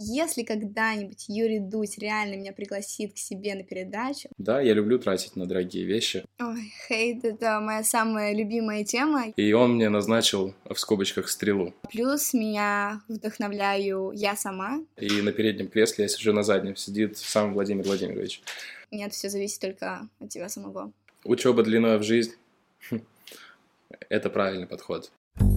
Если когда-нибудь Юрий Дудь реально меня пригласит к себе на передачу... Да, я люблю тратить на дорогие вещи. Ой, хейт — это моя самая любимая тема. И он мне назначил в скобочках стрелу. Плюс меня вдохновляю я сама. И на переднем кресле, я сижу на заднем, сидит сам Владимир Владимирович. Нет, все зависит только от тебя самого. Учеба длиной в жизнь – это правильный подход.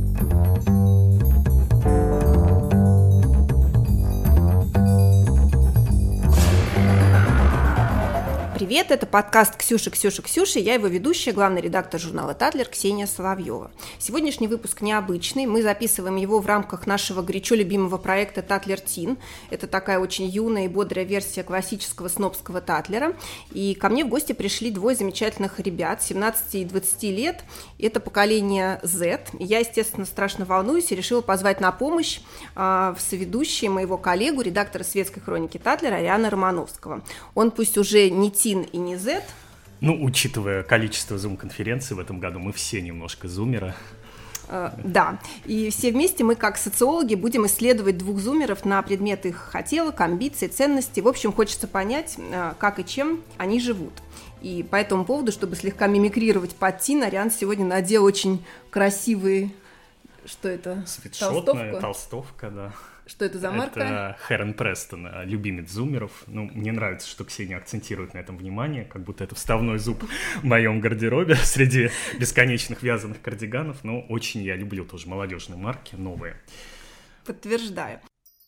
Привет, это подкаст «Ксюша, Ксюша, Ксюша». Я его ведущая, главный редактор журнала «Татлер» Ксения Соловьева. Сегодняшний выпуск необычный. Мы записываем его в рамках нашего горячо любимого проекта «Татлер Тин». Это такая очень юная и бодрая версия классического снобского Татлера. И ко мне в гости пришли двое замечательных ребят, 17 и 20 лет. Это поколение Z. Я, естественно, страшно волнуюсь и решила позвать на помощь в соведущие моего коллегу, редактора светской хроники «Татлера» Ариана Романовского. Он пусть уже не Тин и не Z. Ну, учитывая количество зум-конференций в этом году, мы все немножко зумеры. Да, и все вместе мы, как социологи, будем исследовать двух зумеров на предмет их хотелок, амбиций, ценностей. В общем, хочется понять, как и чем они живут. И по этому поводу, чтобы слегка мимикрировать под Тин, Ариан сегодня надел очень красивый... Что это? Свитшотная толстовка, да. Что это за марка? Это Хэрон Престон, любимец зумеров. Ну, мне нравится, что Ксения акцентирует на этом внимание, как будто это вставной зуб в моем гардеробе среди бесконечных вязаных кардиганов. Но очень я люблю тоже молодежные марки, новые. Подтверждаю.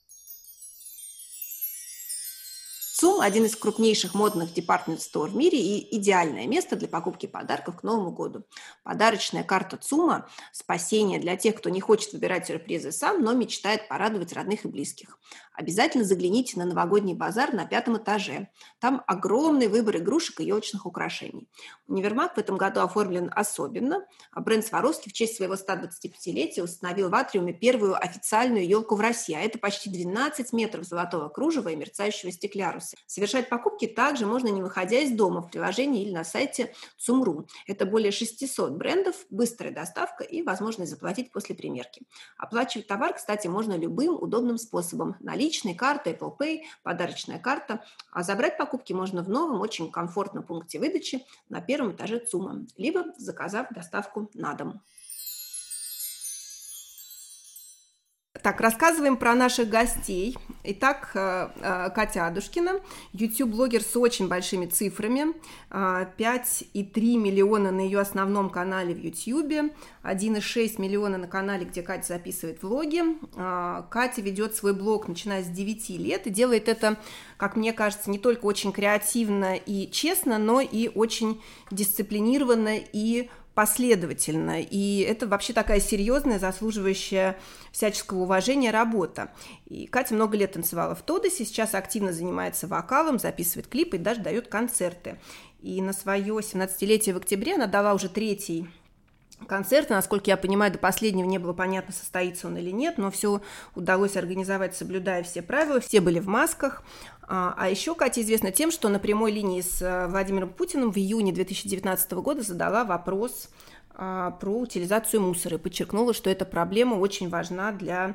ЦУМ – один из крупнейших модных департмент-стор в мире и идеальное место для покупки подарков к Новому году. Подарочная карта ЦУМа – спасение для тех, кто не хочет выбирать сюрпризы сам, но мечтает порадовать родных и близких. Обязательно загляните на новогодний базар на 5 этаже. Там огромный выбор игрушек и елочных украшений. Универмаг в этом году оформлен особенно. Бренд Сваровски в честь своего 125-летия установил в атриуме первую официальную елку в России. А это почти 12 метров золотого кружева и мерцающего стекляруса. Совершать покупки также можно, не выходя из дома, в приложении или на сайте ЦУМ.ру. Это более 600 брендов, быстрая доставка и возможность заплатить после примерки. Оплачивать товар, кстати, можно любым удобным способом. Наличные, карта, Apple Pay, подарочная карта. А забрать покупки можно в новом, очень комфортном пункте выдачи на 1 этаже ЦУМа, либо заказав доставку на дом. Так, рассказываем про наших гостей. Итак, Катя Адушкина, YouTube-блогер с очень большими цифрами, 5,3 миллиона на ее основном канале в YouTube, 1,6 миллиона на канале, где Катя записывает влоги. Катя ведет свой блог, начиная с 9 лет, и делает это, как мне кажется, не только очень креативно и честно, но и очень дисциплинированно и последовательно. И это вообще такая серьезная, заслуживающая всяческого уважения работа. И Катя много лет танцевала в Тодосе, сейчас активно занимается вокалом, записывает клипы и даже дает концерты. И на свое 17-летие в октябре она дала уже 3-й концерт. Насколько я понимаю, до последнего не было понятно, состоится он или нет, но все удалось организовать, соблюдая все правила. Все были в масках. А еще Катя известна тем, что на прямой линии с Владимиром Путиным в июне 2019 года задала вопрос про утилизацию мусора и подчеркнула, что эта проблема очень важна для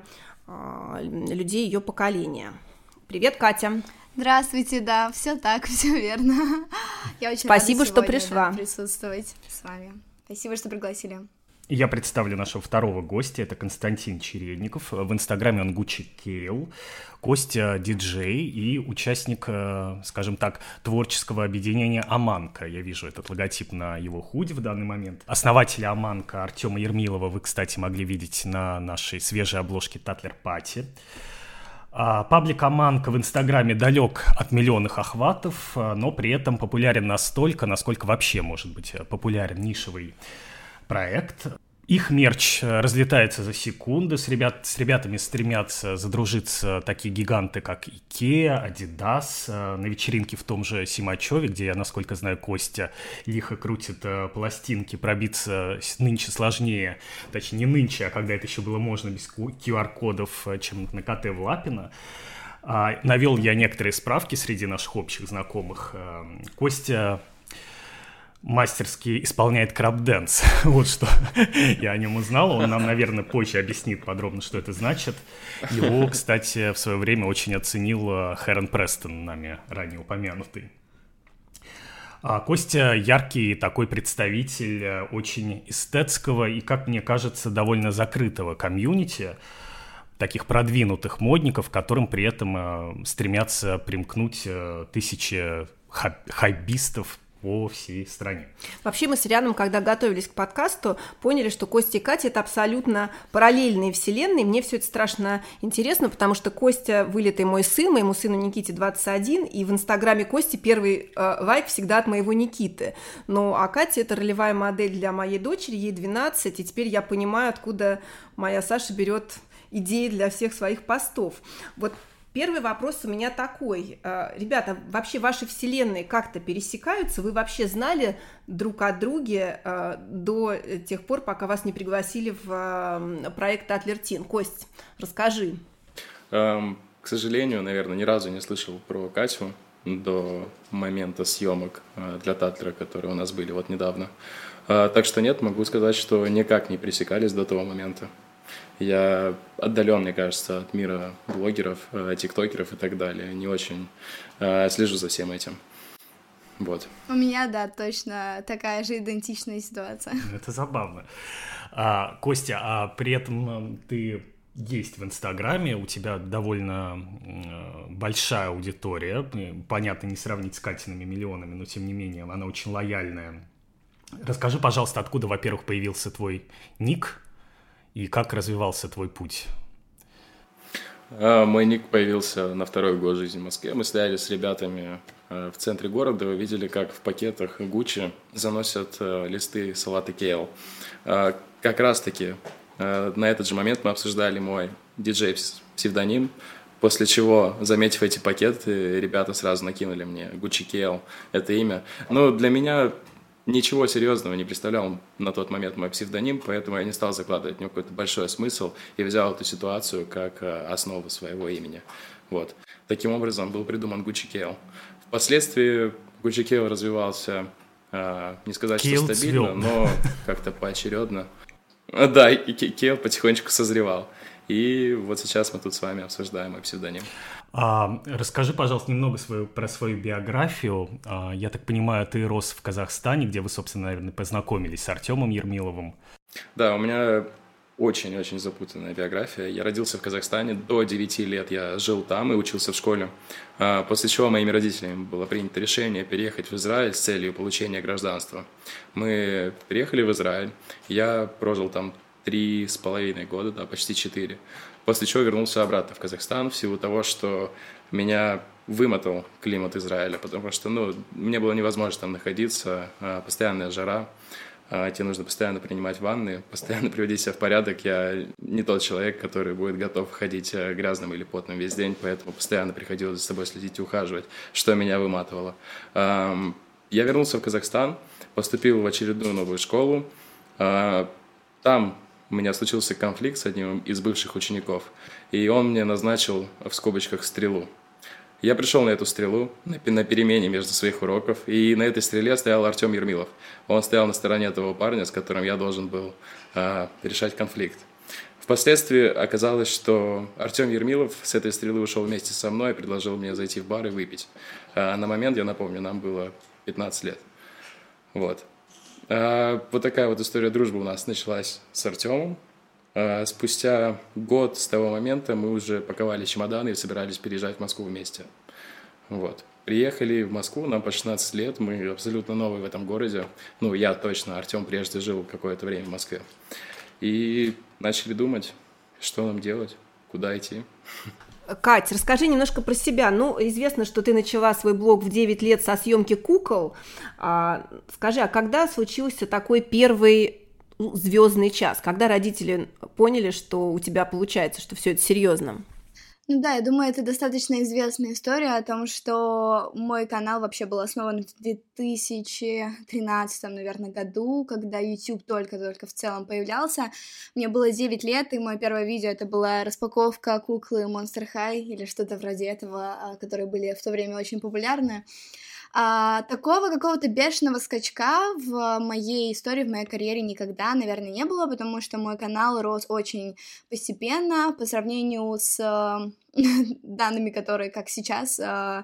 людей ее поколения. Привет, Катя! Здравствуйте, да, все так, все верно. Я очень Спасибо, рада что сегодня, пришла. Присутствовать с вами. Спасибо, что пригласили. Я представлю нашего второго гостя, это Константин Чередников. В Инстаграме он Gucci Kale. Костя диджей и участник, скажем так, творческого объединения «Аманка». Я вижу этот логотип на его худи в данный момент. Основателя «Аманка» Артема Ермилова вы, кстати, могли видеть на нашей свежей обложке «Татлер Пати». Паблик «Аманка» в Инстаграме далек от миллионных охватов, но при этом популярен настолько, насколько вообще может быть популярен нишевый проект. Их мерч разлетается за секунды, с ребятами стремятся задружиться такие гиганты, как IKEA, Adidas. На вечеринке в том же Симачеве, где, я, насколько знаю, Костя лихо крутит пластинки, пробиться нынче сложнее, точнее не нынче, а когда это еще было можно без QR-кодов, чем на КТ в Лапино. Навел я некоторые справки среди наших общих знакомых. Костя мастерски исполняет краб-дэнс. Вот что я о нем узнал. Он нам, наверное, позже объяснит подробно, что это значит. Его, кстати, в свое время очень оценил Хэрон Престон, нами ранее упомянутый. Костя яркий такой представитель очень эстетского и, как мне кажется, довольно закрытого комьюнити, таких продвинутых модников, к которым при этом стремятся примкнуть тысячи хайбистов по всей стране. Вообще мы с Рианом, когда готовились к подкасту, поняли, что Костя и Катя – это абсолютно параллельные вселенные. Мне все это страшно интересно, потому что Костя – вылитый мой сын, моему сыну Никите 21, и в инстаграме Кости первый лайк всегда от моего Никиты. Ну, а Катя – это ролевая модель для моей дочери, ей 12, и теперь я понимаю, откуда моя Саша берет идеи для всех своих постов. Вот первый вопрос у меня такой. Ребята, вообще ваши вселенные как-то пересекаются? Вы вообще знали друг о друге до тех пор, пока вас не пригласили в проект Tatler Teen? Кость, расскажи. К сожалению, наверное, ни разу не слышал про Катю до момента съемок для Татлера, которые у нас были вот недавно. Так что нет, могу сказать, что никак не пересекались до того момента. Я отдален, мне кажется, от мира блогеров, тиктокеров и так далее. Не очень слежу за всем этим. Вот. У меня, да, точно такая же идентичная ситуация. Это забавно. Костя, а при этом ты есть в Инстаграме, у тебя довольно большая аудитория. Понятно, не сравнить с Катиными миллионами, но тем не менее она очень лояльная. Расскажи, пожалуйста, откуда, во-первых, появился твой ник и как развивался твой путь? Мой ник появился на второй год жизни в Москве. Мы стояли с ребятами в центре города, вы видели, как в пакетах Gucci заносят листы салата кейл. Как раз-таки на этот же момент мы обсуждали мой диджей-псевдоним, после чего, заметив эти пакеты, ребята сразу накинули мне Gucci Kale, это имя. Но для меня ничего серьезного не представлял на тот момент мой псевдоним, поэтому я не стал закладывать в него какой-то большой смысл и взял эту ситуацию как основу своего имени. Вот. Таким образом был придуман Gucci Kale. Впоследствии Gucci Kale развивался, не сказать, что стабильно, но как-то поочередно. Да, и Kale потихонечку созревал. И вот сейчас мы тут с вами обсуждаем мой псевдоним. Расскажи, пожалуйста, немного про свою биографию. Я так понимаю, ты рос в Казахстане, где вы, собственно, наверное, познакомились с Артемом Ермиловым. Да, у меня очень-очень запутанная биография. Я родился в Казахстане, до 9 лет я жил там и учился в школе. После чего моими родителями было принято решение переехать в Израиль с целью получения гражданства. Мы переехали в Израиль, я прожил там 3,5 года, да, почти 4. После чего вернулся обратно в Казахстан в силу того, что меня вымотал климат Израиля, потому что, мне было невозможно там находиться, постоянная жара, тебе нужно постоянно принимать ванны, постоянно приводить себя в порядок. Я не тот человек, который будет готов ходить грязным или потным весь день, поэтому постоянно приходилось за собой следить и ухаживать, что меня выматывало. Я вернулся в Казахстан, поступил в очередную новую школу. Там у меня случился конфликт с одним из бывших учеников, и он мне назначил в скобочках стрелу. Я пришел на эту стрелу на перемене между своих уроков, и на этой стреле стоял Артем Ермилов. Он стоял на стороне того парня, с которым я должен был решать конфликт. Впоследствии оказалось, что Артем Ермилов с этой стрелы ушел вместе со мной и предложил мне зайти в бар и выпить. На момент, я напомню, нам было 15 лет. Вот. Вот такая вот история дружбы у нас началась с Артемом. Спустя год с того момента мы уже паковали чемоданы и собирались переезжать в Москву вместе. Вот. Приехали в Москву, нам по 16 лет, мы абсолютно новые в этом городе. Я точно, Артем прежде жил какое-то время в Москве. И начали думать, что нам делать, куда идти. Кать, расскажи немножко про себя. Известно, что ты начала свой блог в 9 лет со съемки кукол. Скажи, а когда случился такой первый звездный час? Когда родители поняли, что у тебя получается, что все это серьезно? Да, я думаю, это достаточно известная история о том, что мой канал вообще был основан в 2013, наверное, году, когда YouTube только-только в целом появлялся. Мне было 9 лет, и мое первое видео это была распаковка куклы Monster High или что-то вроде этого, которые были в то время очень популярны. Такого какого-то бешеного скачка в моей истории, в моей карьере никогда, наверное, не было, потому что мой канал рос очень постепенно по сравнению с данными, которые, как сейчас,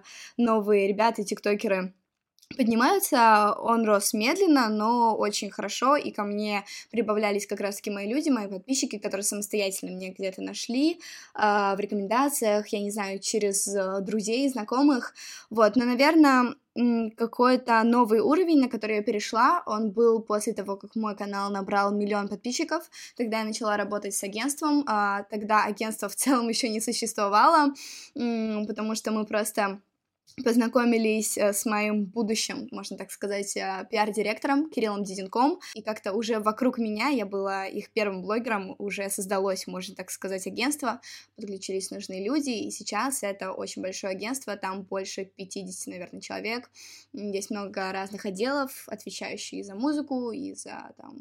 новые ребята, тиктокеры поднимаются, он рос медленно, но очень хорошо, и ко мне прибавлялись как раз-таки мои люди, мои подписчики, которые самостоятельно меня где-то нашли в рекомендациях, я не знаю, через друзей, знакомых, вот, но, наверное, какой-то новый уровень, на который я перешла, он был после того, как мой канал набрал 1 миллион подписчиков, тогда я начала работать с агентством, тогда агентство в целом еще не существовало, потому что мы просто познакомились с моим будущим, можно так сказать, пиар-директором Кириллом Диденком, и как-то уже вокруг меня, я была их первым блогером, уже создалось, можно так сказать, агентство, подключились нужные люди, и сейчас это очень большое агентство, там больше 50, наверное, человек, есть много разных отделов, отвечающих и за музыку, и за там,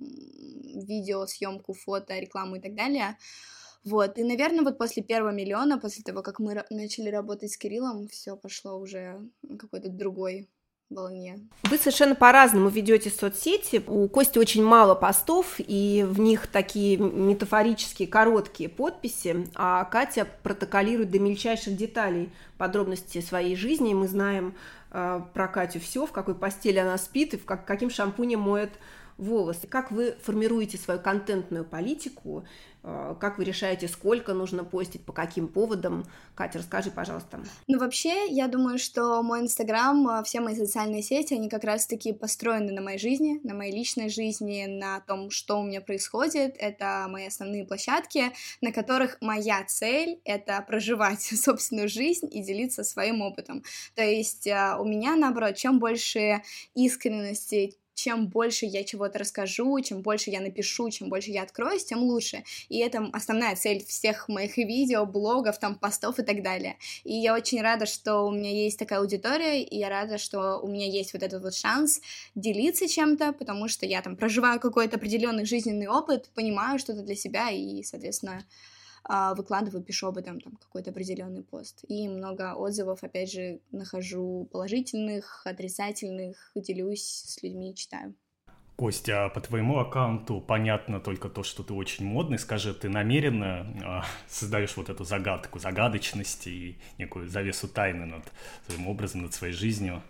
видео, съемку, фото, рекламу и так далее. Вот, и, наверное, вот после 1 миллиона, после того, как мы начали работать с Кириллом, все пошло уже на какой-то другой волне. Вы совершенно по-разному ведете соцсети. У Кости очень мало постов, и в них такие метафорические короткие подписи, а Катя протоколирует до мельчайших деталей подробности своей жизни. Мы знаем про Катю все, в какой постели она спит и каким шампунем моет волосы. Как вы формируете свою контентную политику? Как вы решаете, сколько нужно постить, по каким поводам? Катя, расскажи, пожалуйста. Ну, вообще, я думаю, что мой Инстаграм, все мои социальные сети, они как раз-таки построены на моей жизни, на моей личной жизни, на том, что у меня происходит. Это мои основные площадки, на которых моя цель — это проживать собственную жизнь и делиться своим опытом. То есть у меня, наоборот, чем больше искренности, чем больше я чего-то расскажу, чем больше я напишу, чем больше я откроюсь, тем лучше. И это основная цель всех моих видео, блогов, там, постов и так далее. И я очень рада, что у меня есть такая аудитория, и я рада, что у меня есть вот этот вот шанс делиться чем-то, потому что я там проживаю какой-то определенный жизненный опыт, понимаю что-то для себя и, соответственно, выкладываю, пишу об этом там какой-то определенный пост. И много отзывов, опять же, нахожу положительных, отрицательных, делюсь с людьми, читаю. Костя, по твоему аккаунту понятно только то, что ты очень модный. Скажи, ты намеренно создаешь вот эту загадку, загадочность и некую завесу тайны над своим образом, над своей жизнью?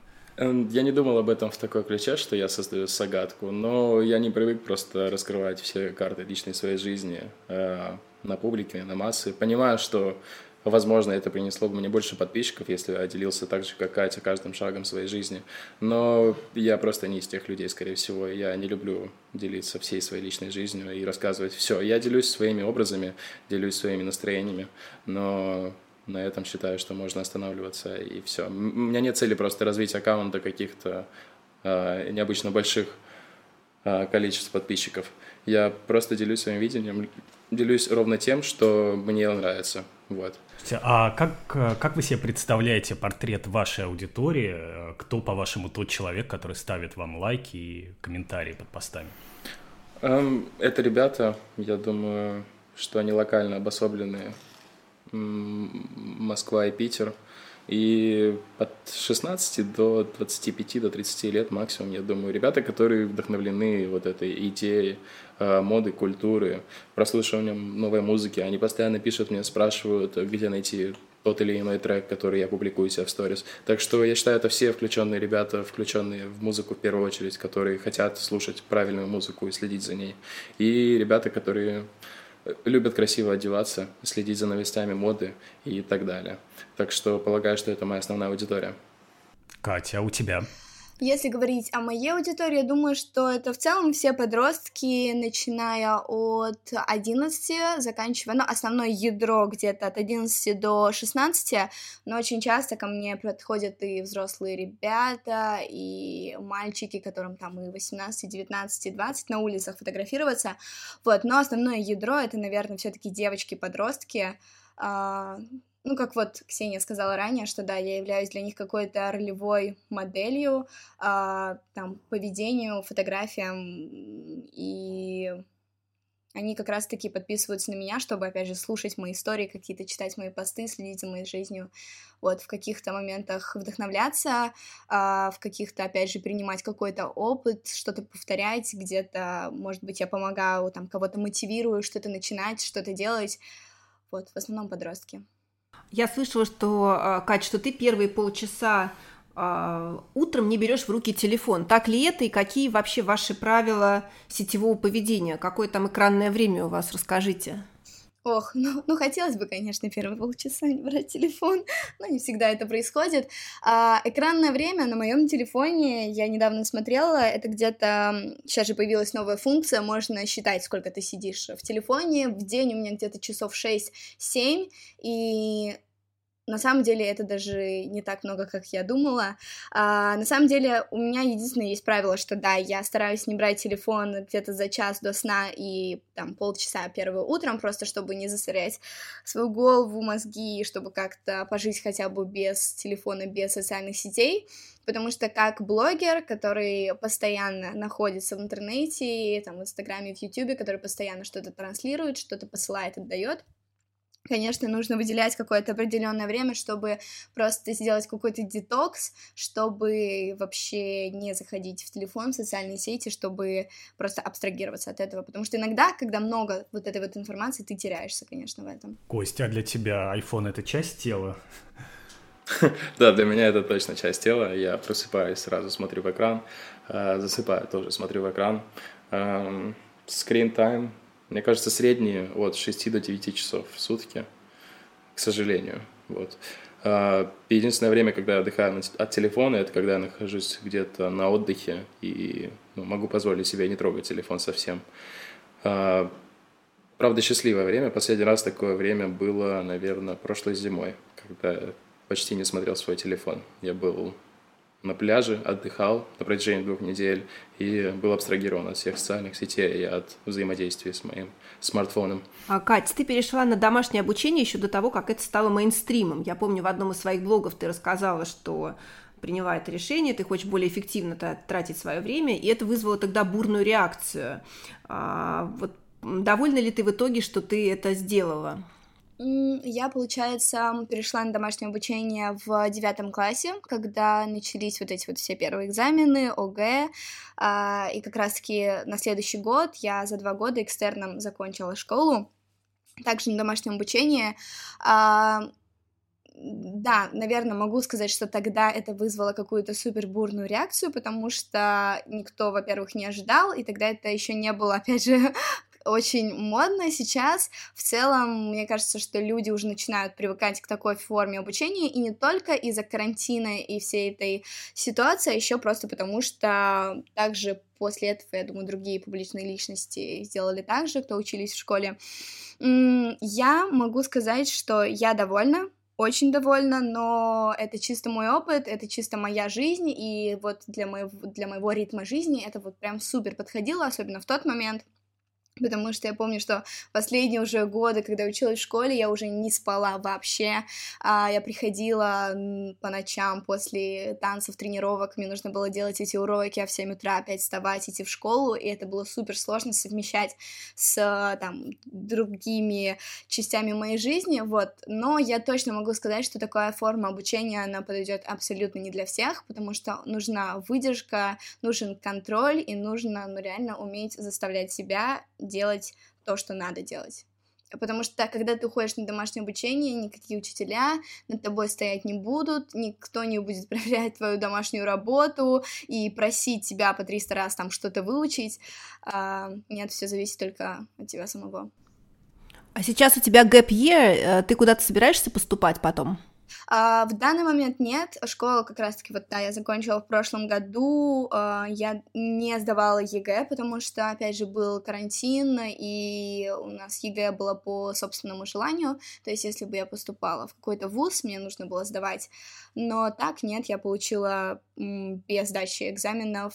Я не думал об этом в такой ключе, что я создаю загадку, но я не привык просто раскрывать все карты личной своей жизни на публике, на массы. Понимаю, что, возможно, это принесло бы мне больше подписчиков, если я делился так же, как Катя, каждым шагом своей жизни. Но я просто не из тех людей, скорее всего. Я не люблю делиться всей своей личной жизнью и рассказывать все. Я делюсь своими образами, делюсь своими настроениями, но на этом считаю, что можно останавливаться, и все. У меня нет цели просто развить аккаунт до каких-то необычно больших количеств подписчиков. Я просто делюсь своим видением, делюсь ровно тем, что мне нравится. Вот. А как вы себе представляете портрет вашей аудитории? Кто, по-вашему, тот человек, который ставит вам лайки и комментарии под постами? Это ребята, я думаю, что они локально обособленные. Москва и Питер. И от 16 до 25, до 30 лет максимум, я думаю, ребята, которые вдохновлены вот этой идеей моды, культуры, прослушиванием новой музыки. Они постоянно пишут мне, спрашивают, где найти тот или иной трек, который я публикую у себя в сторис. Так что я считаю, это все включенные ребята, включенные в музыку в первую очередь, которые хотят слушать правильную музыку и следить за ней. И ребята, которые любят красиво одеваться, следить за новостями моды и так далее. Так что полагаю, что это моя основная аудитория. Катя, а у тебя? Если говорить о моей аудитории, я думаю, что это в целом все подростки, начиная от 11, заканчивая, ну, основное ядро где-то от 11 до 16, но очень часто ко мне подходят и взрослые ребята, и мальчики, которым там и 18, 19, и 20 на улицах фотографироваться, вот, но основное ядро — это, наверное, все-таки девочки-подростки. Ну, как вот Ксения сказала ранее, что да, я являюсь для них какой-то ролевой моделью, там, поведению, фотографиям, и Они как раз-таки подписываются на меня, чтобы, опять же, слушать мои истории какие-то, читать мои посты, следить за моей жизнью, вот, в каких-то моментах вдохновляться, в каких-то, опять же, принимать какой-то опыт, что-то повторять, где-то, может быть, я помогаю, там, кого-то мотивирую что-то начинать, что-то делать, вот, в основном подростки. Я слышала, что, Кать, что ты первые полчаса утром не берешь в руки телефон. Так ли это и какие вообще ваши правила сетевого поведения? Какое там экранное время у вас? Расскажите. Ох, ну хотелось бы, конечно, первые полчаса не брать телефон, но не всегда это происходит. Экранное время на моем телефоне, я недавно смотрела, это где-то, сейчас же появилась новая функция, можно считать, сколько ты сидишь в телефоне, в день у меня где-то часов 6-7, и на самом деле это даже не так много, как я думала. На самом деле у меня единственное есть правило, что да, я стараюсь не брать телефон где-то за час до сна и там полчаса первым утром, просто чтобы не засорять свою голову, мозги, чтобы как-то пожить хотя бы без телефона, без социальных сетей, потому что как блогер, который постоянно находится в интернете, там, в Инстаграме, в Ютубе, который постоянно что-то транслирует, что-то посылает, отдает, конечно, нужно выделять какое-то определенное время, чтобы просто сделать какой-то детокс, чтобы вообще не заходить в телефон, в социальные сети, чтобы просто абстрагироваться от этого, потому что иногда, когда много вот этой вот информации, ты теряешься, конечно, в этом. Костя, а для тебя iPhone — это часть тела? Да, для меня это точно часть тела. Я просыпаюсь, сразу смотрю в экран, засыпаю, тоже смотрю в экран. Screen time, мне кажется, средний от 6 до 9 часов в сутки, к сожалению. Вот. Единственное время, когда я отдыхаю от телефона, это когда я нахожусь где-то на отдыхе и могу позволить себе не трогать телефон совсем. Правда, счастливое время. Последний раз такое время было, наверное, прошлой зимой, когда я почти не смотрел свой телефон. Я был на пляже, отдыхал на протяжении 2 недель и был абстрагирован от всех социальных сетей и от взаимодействия с моим смартфоном. Кать, ты перешла на домашнее обучение еще до того, как это стало мейнстримом. Я помню, в одном из своих блогов ты рассказала, что приняла это решение, ты хочешь более эффективно тратить свое время, и это вызвало тогда бурную реакцию. Вот довольна ли ты в итоге, что ты это сделала? Я, получается, перешла на домашнее обучение в 9 классе, когда начались вот эти вот все первые экзамены, ОГЭ, и как раз-таки на следующий год я за 2 года экстерном закончила школу, также на домашнем обучении. Да, наверное, могу сказать, что тогда это вызвало какую-то супер бурную реакцию, потому что никто, во-первых, не ожидал, и тогда это еще не было, опять же, очень модно. Сейчас в целом, мне кажется, что люди уже начинают привыкать к такой форме обучения, и не только из-за карантина и всей этой ситуации, а еще просто потому, что также после этого, я думаю, другие публичные личности сделали так же, кто учились в школе. Я могу сказать, что я довольна, очень довольна, но это чисто мой опыт, это чисто моя жизнь, и вот для моего ритма жизни это вот прям супер подходило, особенно в тот момент, потому что я помню, что последние уже годы, когда училась в школе, я уже не спала вообще, я приходила по ночам после танцев, тренировок, мне нужно было делать эти уроки, а в 7 утра опять вставать, идти в школу, и это было супер сложно совмещать с там другими частями моей жизни, вот, но я точно могу сказать, что такая форма обучения, она подойдет абсолютно не для всех, потому что нужна выдержка, нужен контроль, и нужно, реально уметь заставлять себя делать то, что надо делать. Потому что, когда ты уходишь на домашнее обучение, никакие учителя над тобой стоять не будут, никто не будет проверять твою домашнюю работу и просить тебя по 300 раз там что-то выучить. Нет, все зависит только от тебя самого. А сейчас у тебя gap year, ты куда-то собираешься поступать потом? В данный момент нет, школу как раз-таки, вот, да, я закончила в прошлом году, я не сдавала ЕГЭ, потому что, опять же, был карантин, и у нас ЕГЭ было по собственному желанию, то есть если бы я поступала в какой-то вуз, мне нужно было сдавать, но так нет, я получила без сдачи экзаменов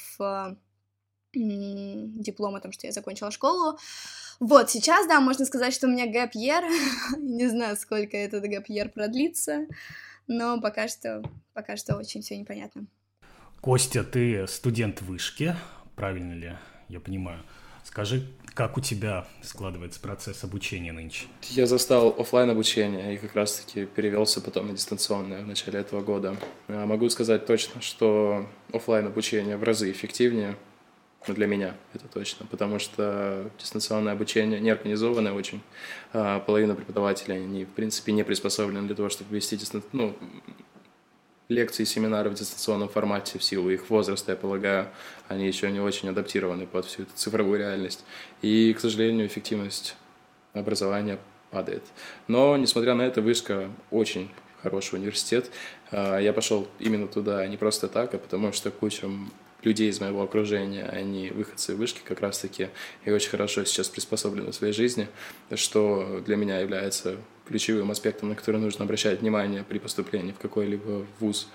диплом о том, что я закончила школу. Вот, сейчас, да, можно сказать, что у меня gap year, не знаю, сколько этот gap year продлится, но пока что очень все непонятно. Костя, ты студент вышки, правильно ли я понимаю? Скажи, как у тебя складывается процесс обучения нынче? Я застал оффлайн обучение и как раз-таки перевелся потом на дистанционное в начале этого года. Могу сказать точно, что оффлайн обучение в разы эффективнее, для меня это точно, потому что дистанционное обучение не организованное очень. Половина преподавателей, они, в принципе, не приспособлены для того, чтобы вести лекции, семинары в дистанционном формате в силу их возраста, я полагаю, они еще не очень адаптированы под всю эту цифровую реальность. И, к сожалению, эффективность образования падает. Но, несмотря на это, Вышка очень хороший университет. Я пошел именно туда не просто так, а потому что куча людей из моего окружения, они выходцы Вышки как раз-таки и очень хорошо сейчас приспособлены в своей жизни, что для меня является ключевым аспектом, на который нужно обращать внимание при поступлении в какой-либо вуз.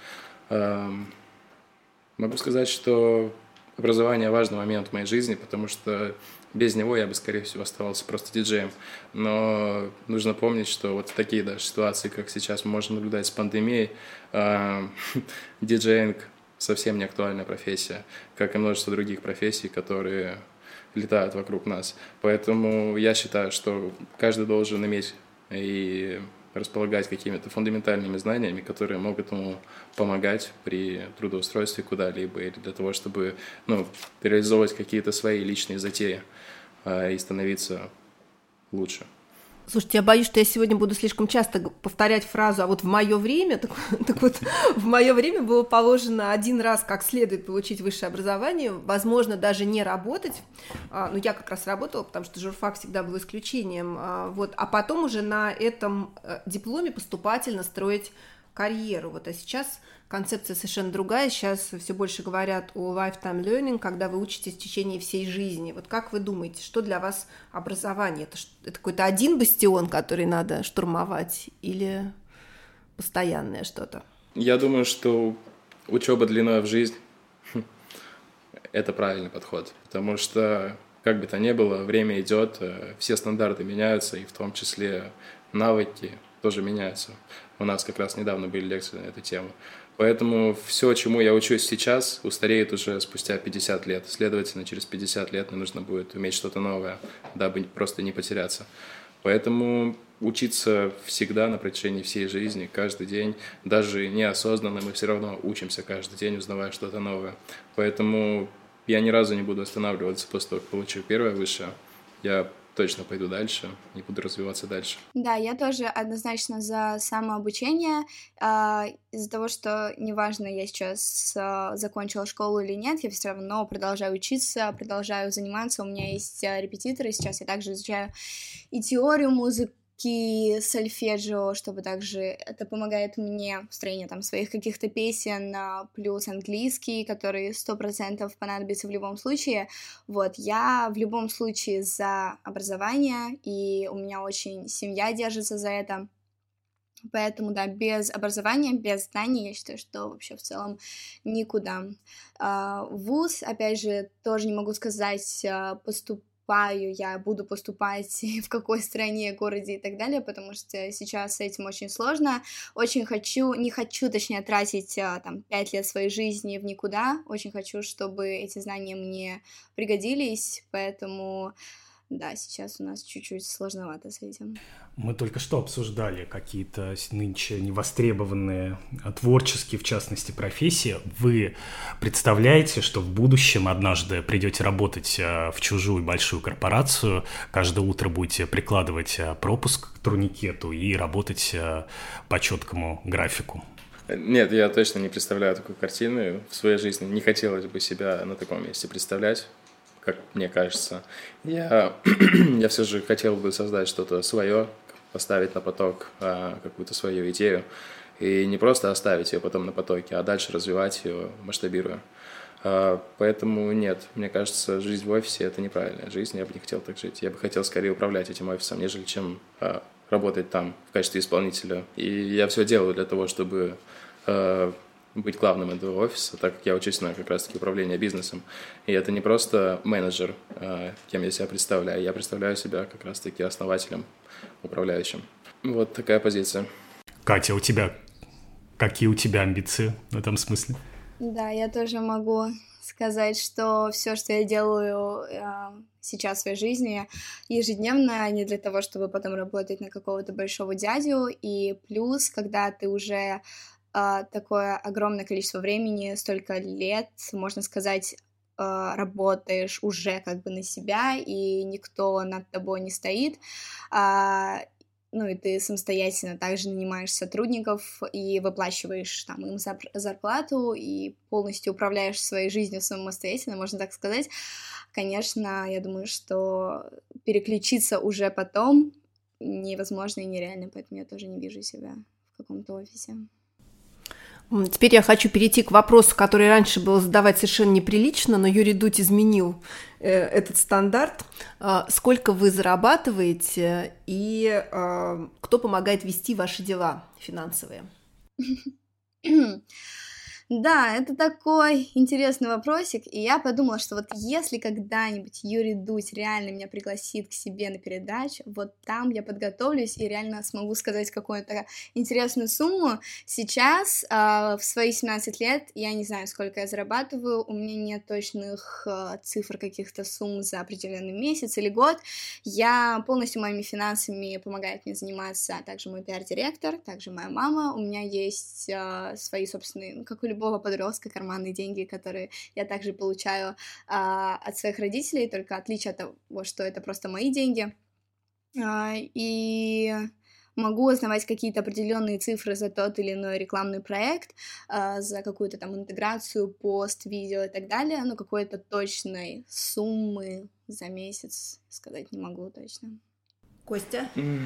Могу сказать, что образование – важный момент в моей жизни, потому что без него я бы, скорее всего, оставался просто диджеем. Но нужно помнить, что вот в такие даже ситуации, как сейчас мы можем наблюдать с пандемией, диджеинг совсем не актуальная профессия, как и множество других профессий, которые летают вокруг нас. Поэтому я считаю, что каждый должен иметь и располагать какими-то фундаментальными знаниями, которые могут ему помогать при трудоустройстве куда-либо или для того, чтобы реализовывать какие-то свои личные затеи и становиться лучше. Слушайте, я боюсь, что я сегодня буду слишком часто повторять фразу, а вот в мое время, так вот, в мое время было положено один раз как следует получить высшее образование, возможно, даже не работать, я как раз работала, потому что журфак всегда был исключением, а потом уже на этом дипломе поступательно строить карьеру. А сейчас концепция совершенно другая. Сейчас все больше говорят о lifetime learning, когда вы учитесь в течение всей жизни. Как вы думаете, что для вас образование? Это какой-то один бастион, который надо штурмовать, или постоянное что-то? Я думаю, что учеба длиной в жизнь – это правильный подход, потому что, как бы то ни было, время идет, все стандарты меняются, и в том числе навыки тоже меняются. У нас как раз недавно были лекции на эту тему. Поэтому все, чему я учусь сейчас, устареет уже спустя 50 лет. Следовательно, через 50 лет мне нужно будет уметь что-то новое, дабы просто не потеряться. Поэтому учиться всегда на протяжении всей жизни, каждый день, даже неосознанно мы все равно учимся каждый день, узнавая что-то новое. Поэтому я ни разу не буду останавливаться после того, как получу первое высшее. Я точно пойду дальше и буду развиваться дальше. Да, я тоже однозначно за самообучение. Из-за того, что неважно, я сейчас закончила школу или нет, я все равно продолжаю учиться, продолжаю заниматься. У меня есть репетиторы, сейчас я также изучаю и теорию музыки, сольфеджио, чтобы также это помогает мне в строении своих каких-то песен, плюс английский, который 100% понадобится в любом случае. Я в любом случае за образование, и у меня очень семья держится за это. Поэтому, да, без образования, без знаний, я считаю, что вообще в целом никуда. Вуз, опять же, тоже не могу сказать, я буду поступать в какой стране, городе и так далее, потому что сейчас с этим очень сложно. Не хочу, точнее, тратить 5 лет своей жизни в никуда. Очень хочу, чтобы эти знания мне пригодились, поэтому да, сейчас у нас чуть-чуть сложновато с этим. Мы только что обсуждали какие-то нынче невостребованные творческие, в частности, профессии. Вы представляете, что в будущем однажды придете работать в чужую большую корпорацию, каждое утро будете прикладывать пропуск к турникету и работать по четкому графику? Нет, я точно не представляю такую картину в своей жизни. Не хотелось бы себя на таком месте представлять, как мне кажется. Я все же хотел бы создать что-то свое, поставить на поток какую-то свою идею, и не просто оставить ее потом на потоке, а дальше развивать ее, масштабируя. Поэтому нет, мне кажется, жизнь в офисе – это неправильная жизнь, я бы не хотел так жить. Я бы хотел скорее управлять этим офисом, нежели чем работать там в качестве исполнителя. И я все делаю для того, чтобы быть главным этого офиса, так как я учусь на как раз-таки управление бизнесом. И это не просто менеджер, кем я себя представляю. Я представляю себя как раз-таки основателем, управляющим. Вот такая позиция. Катя, какие у тебя амбиции в этом смысле? Да, я тоже могу сказать, что все, что я делаю сейчас в своей жизни, ежедневно, не для того, чтобы потом работать на какого-то большого дядю, и плюс, когда ты уже такое огромное количество времени, столько лет, можно сказать, работаешь уже как бы на себя, и никто над тобой не стоит, и ты самостоятельно также нанимаешь сотрудников и выплачиваешь там им зарплату и полностью управляешь своей жизнью самостоятельно, можно так сказать. Конечно, я думаю, что переключиться уже потом невозможно и нереально, поэтому я тоже не вижу себя в каком-то офисе. Теперь я хочу перейти к вопросу, который раньше было задавать совершенно неприлично, но Юрий Дудь изменил этот стандарт. Сколько вы зарабатываете и кто помогает вести ваши дела финансовые? Да, это такой интересный вопросик, и я подумала, что вот если когда-нибудь Юрий Дудь реально меня пригласит к себе на передачу, вот там я подготовлюсь и реально смогу сказать какую-то интересную сумму. Сейчас, в свои 17 лет, я не знаю, сколько я зарабатываю, у меня нет точных цифр каких-то сумм за определенный месяц или год. Я полностью моими финансами помогает мне заниматься также мой пиар-директор, также моя мама. У меня есть свои собственные, как у любого подростка, карманные деньги, которые я также получаю от своих родителей, только отличие от того, что это просто мои деньги. И могу узнавать какие-то определенные цифры за тот или иной рекламный проект, за какую-то там интеграцию, пост, видео и так далее, но какой-то точной суммы за месяц сказать не могу точно. Костя?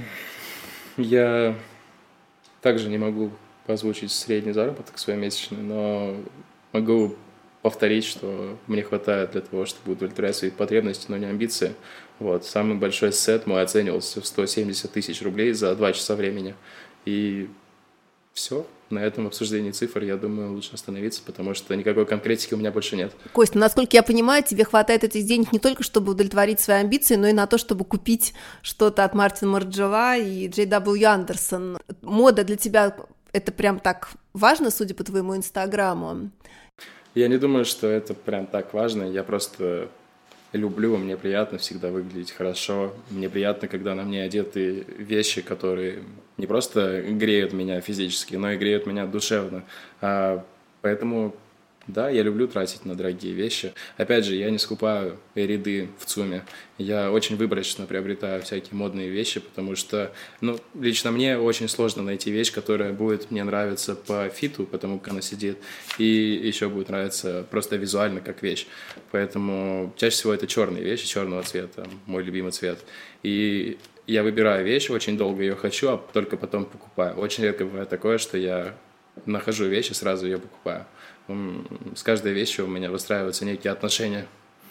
Я также не могу озвучить средний заработок свой месячный, но могу повторить, что мне хватает для того, чтобы удовлетворять свои потребности, но не амбиции. Вот. Самый большой сет мой оценивался в 170 тысяч рублей за 2 часа времени. И все. На этом обсуждении цифр, я думаю, лучше остановиться, потому что никакой конкретики у меня больше нет. Кость, насколько я понимаю, тебе хватает этих денег не только, чтобы удовлетворить свои амбиции, но и на то, чтобы купить что-то от Мартина Марджела и J.W. Андерсон. Мода для тебя — это прям так важно, судя по твоему инстаграму? Я не думаю, что это прям так важно. Я просто люблю, мне приятно всегда выглядеть хорошо. Мне приятно, когда на мне одеты вещи, которые не просто греют меня физически, но и греют меня душевно. Поэтому, да, я люблю тратить на дорогие вещи. Опять же, я не скупаю ряды в ЦУМе. Я очень выборочно приобретаю всякие модные вещи, потому что, лично мне очень сложно найти вещь, которая будет мне нравиться по фиту, потому как она сидит, и еще будет нравиться просто визуально как вещь. Поэтому чаще всего это черные вещи, черного цвета, мой любимый цвет. И я выбираю вещь, очень долго ее хочу, а только потом покупаю. Очень редко бывает такое, что я нахожу вещь и сразу ее покупаю. С каждой вещью у меня выстраиваются некие отношения.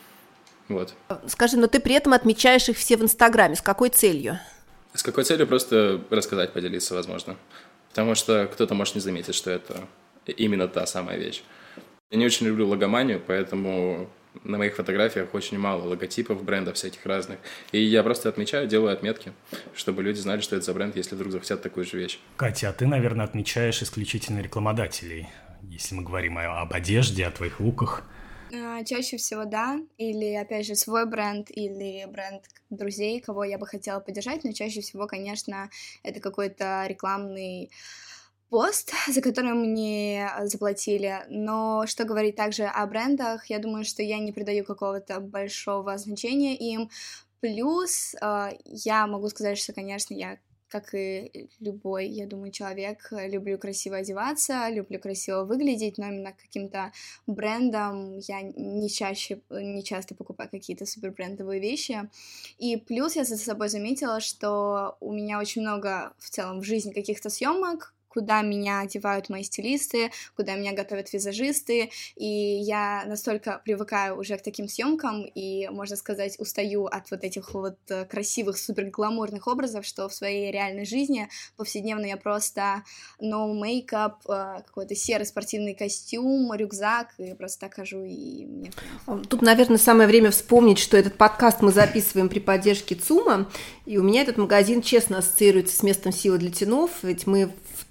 Вот. Скажи, но ты при этом отмечаешь их все в Инстаграме. С какой целью? С какой целью? Просто рассказать, поделиться, возможно. Потому что кто-то может не заметить, что это именно та самая вещь. Я не очень люблю логоманию, поэтому на моих фотографиях очень мало логотипов, брендов всяких разных. И я просто отмечаю, делаю отметки, чтобы люди знали, что это за бренд, если вдруг захотят такую же вещь. Катя, а ты, наверное, отмечаешь исключительно рекламодателей, если мы говорим об одежде, о твоих луках. Чаще всего да, или опять же свой бренд, или бренд друзей, кого я бы хотела поддержать, но чаще всего, конечно, это какой-то рекламный пост, за который мне заплатили. Но что говорить также о брендах, я думаю, что я не придаю какого-то большого значения им. Плюс я могу сказать, что, конечно, я, как и любой, я думаю, человек, люблю красиво одеваться, люблю красиво выглядеть, но именно каким-то брендом я не часто покупаю какие-то супербрендовые вещи. И плюс я за собой заметила, что у меня очень много в целом в жизни каких-то съемок, куда меня одевают мои стилисты, куда меня готовят визажисты, и я настолько привыкаю уже к таким съемкам и, можно сказать, устаю от вот этих вот красивых, супергламурных образов, что в своей реальной жизни повседневно я просто no makeup, какой-то серый спортивный костюм, рюкзак, и просто так хожу, и мне... Тут, наверное, самое время вспомнить, что этот подкаст мы записываем при поддержке ЦУМа, и у меня этот магазин честно ассоциируется с местом силы для тенов, ведь мы в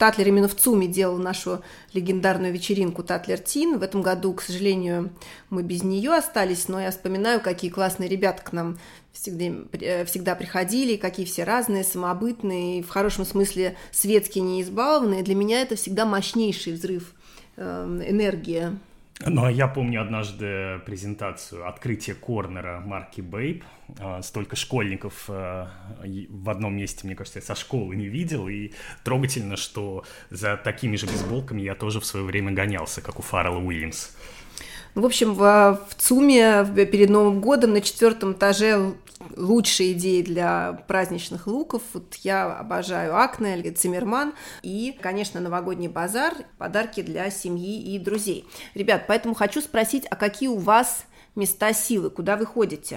Татлер именно в ЦУМе делал нашу легендарную вечеринку Татлер Тин. В этом году, к сожалению, мы без нее остались, но я вспоминаю, какие классные ребята к нам всегда приходили, какие все разные, самобытные, в хорошем смысле светские, не избалованные. Для меня это всегда мощнейший взрыв энергии. Ну, а я помню однажды презентацию открытия корнера марки Bape. Столько школьников в одном месте, мне кажется, я со школы не видел. И трогательно, что за такими же бейсболками я тоже в свое время гонялся, как у Фаррелла Уильямс. В общем, в ЦУМе перед Новым годом на 4-м этаже лучшие идеи для праздничных луков. Вот я обожаю Акне, Эльга Циммерман и, конечно, новогодний базар, подарки для семьи и друзей. Ребят, поэтому хочу спросить, а какие у вас места силы, куда вы ходите?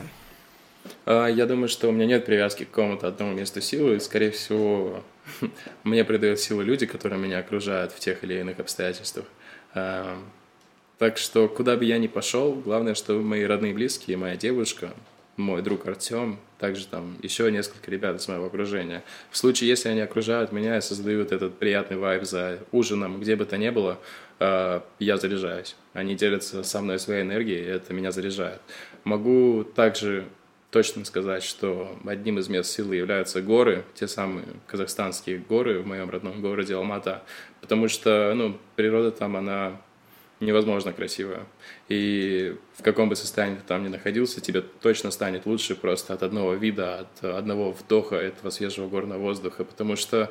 Я думаю, что у меня нет привязки к какому-то одному месту силы. Скорее всего, мне придают силу люди, которые меня окружают в тех или иных обстоятельствах. Так что, куда бы я ни пошел, главное, что мои родные и близкие, моя девушка, мой друг Артем, также там еще несколько ребят из моего окружения. В случае, если они окружают меня и создают этот приятный вайб за ужином, где бы то ни было, я заряжаюсь. Они делятся со мной своей энергией, и это меня заряжает. Могу также точно сказать, что одним из мест силы являются горы, те самые казахстанские горы в моем родном городе Алмата, потому что, природа там, она невозможно красивая. И в каком бы состоянии ты там ни находился, тебе точно станет лучше просто от одного вида, от одного вдоха этого свежего горного воздуха, потому что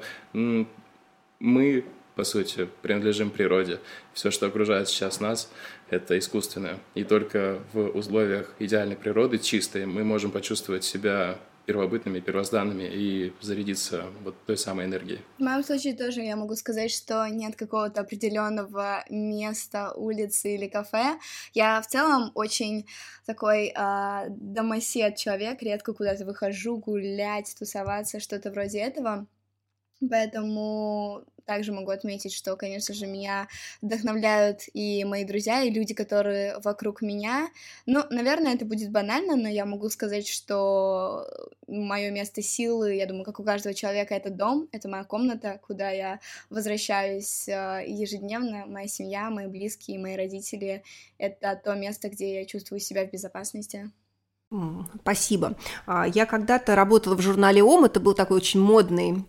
мы, по сути, принадлежим природе. Все, что окружает сейчас нас, это искусственное. И только в условиях идеальной природы, чистой, мы можем почувствовать себя первобытными, первозданными и зарядиться вот той самой энергией. В моем случае тоже я могу сказать, что нет какого-то определенного места, улицы или кафе. Я в целом очень такой домосед человек, редко куда-то выхожу гулять, тусоваться, что-то вроде этого. Поэтому также могу отметить, что, конечно же, меня вдохновляют и мои друзья, и люди, которые вокруг меня. Наверное, это будет банально, но я могу сказать, что мое место силы, я думаю, как у каждого человека, это дом, это моя комната, куда я возвращаюсь ежедневно. Моя семья, мои близкие, мои родители — это то место, где я чувствую себя в безопасности. Спасибо. Я когда-то работала в журнале ОМ, это был такой очень модный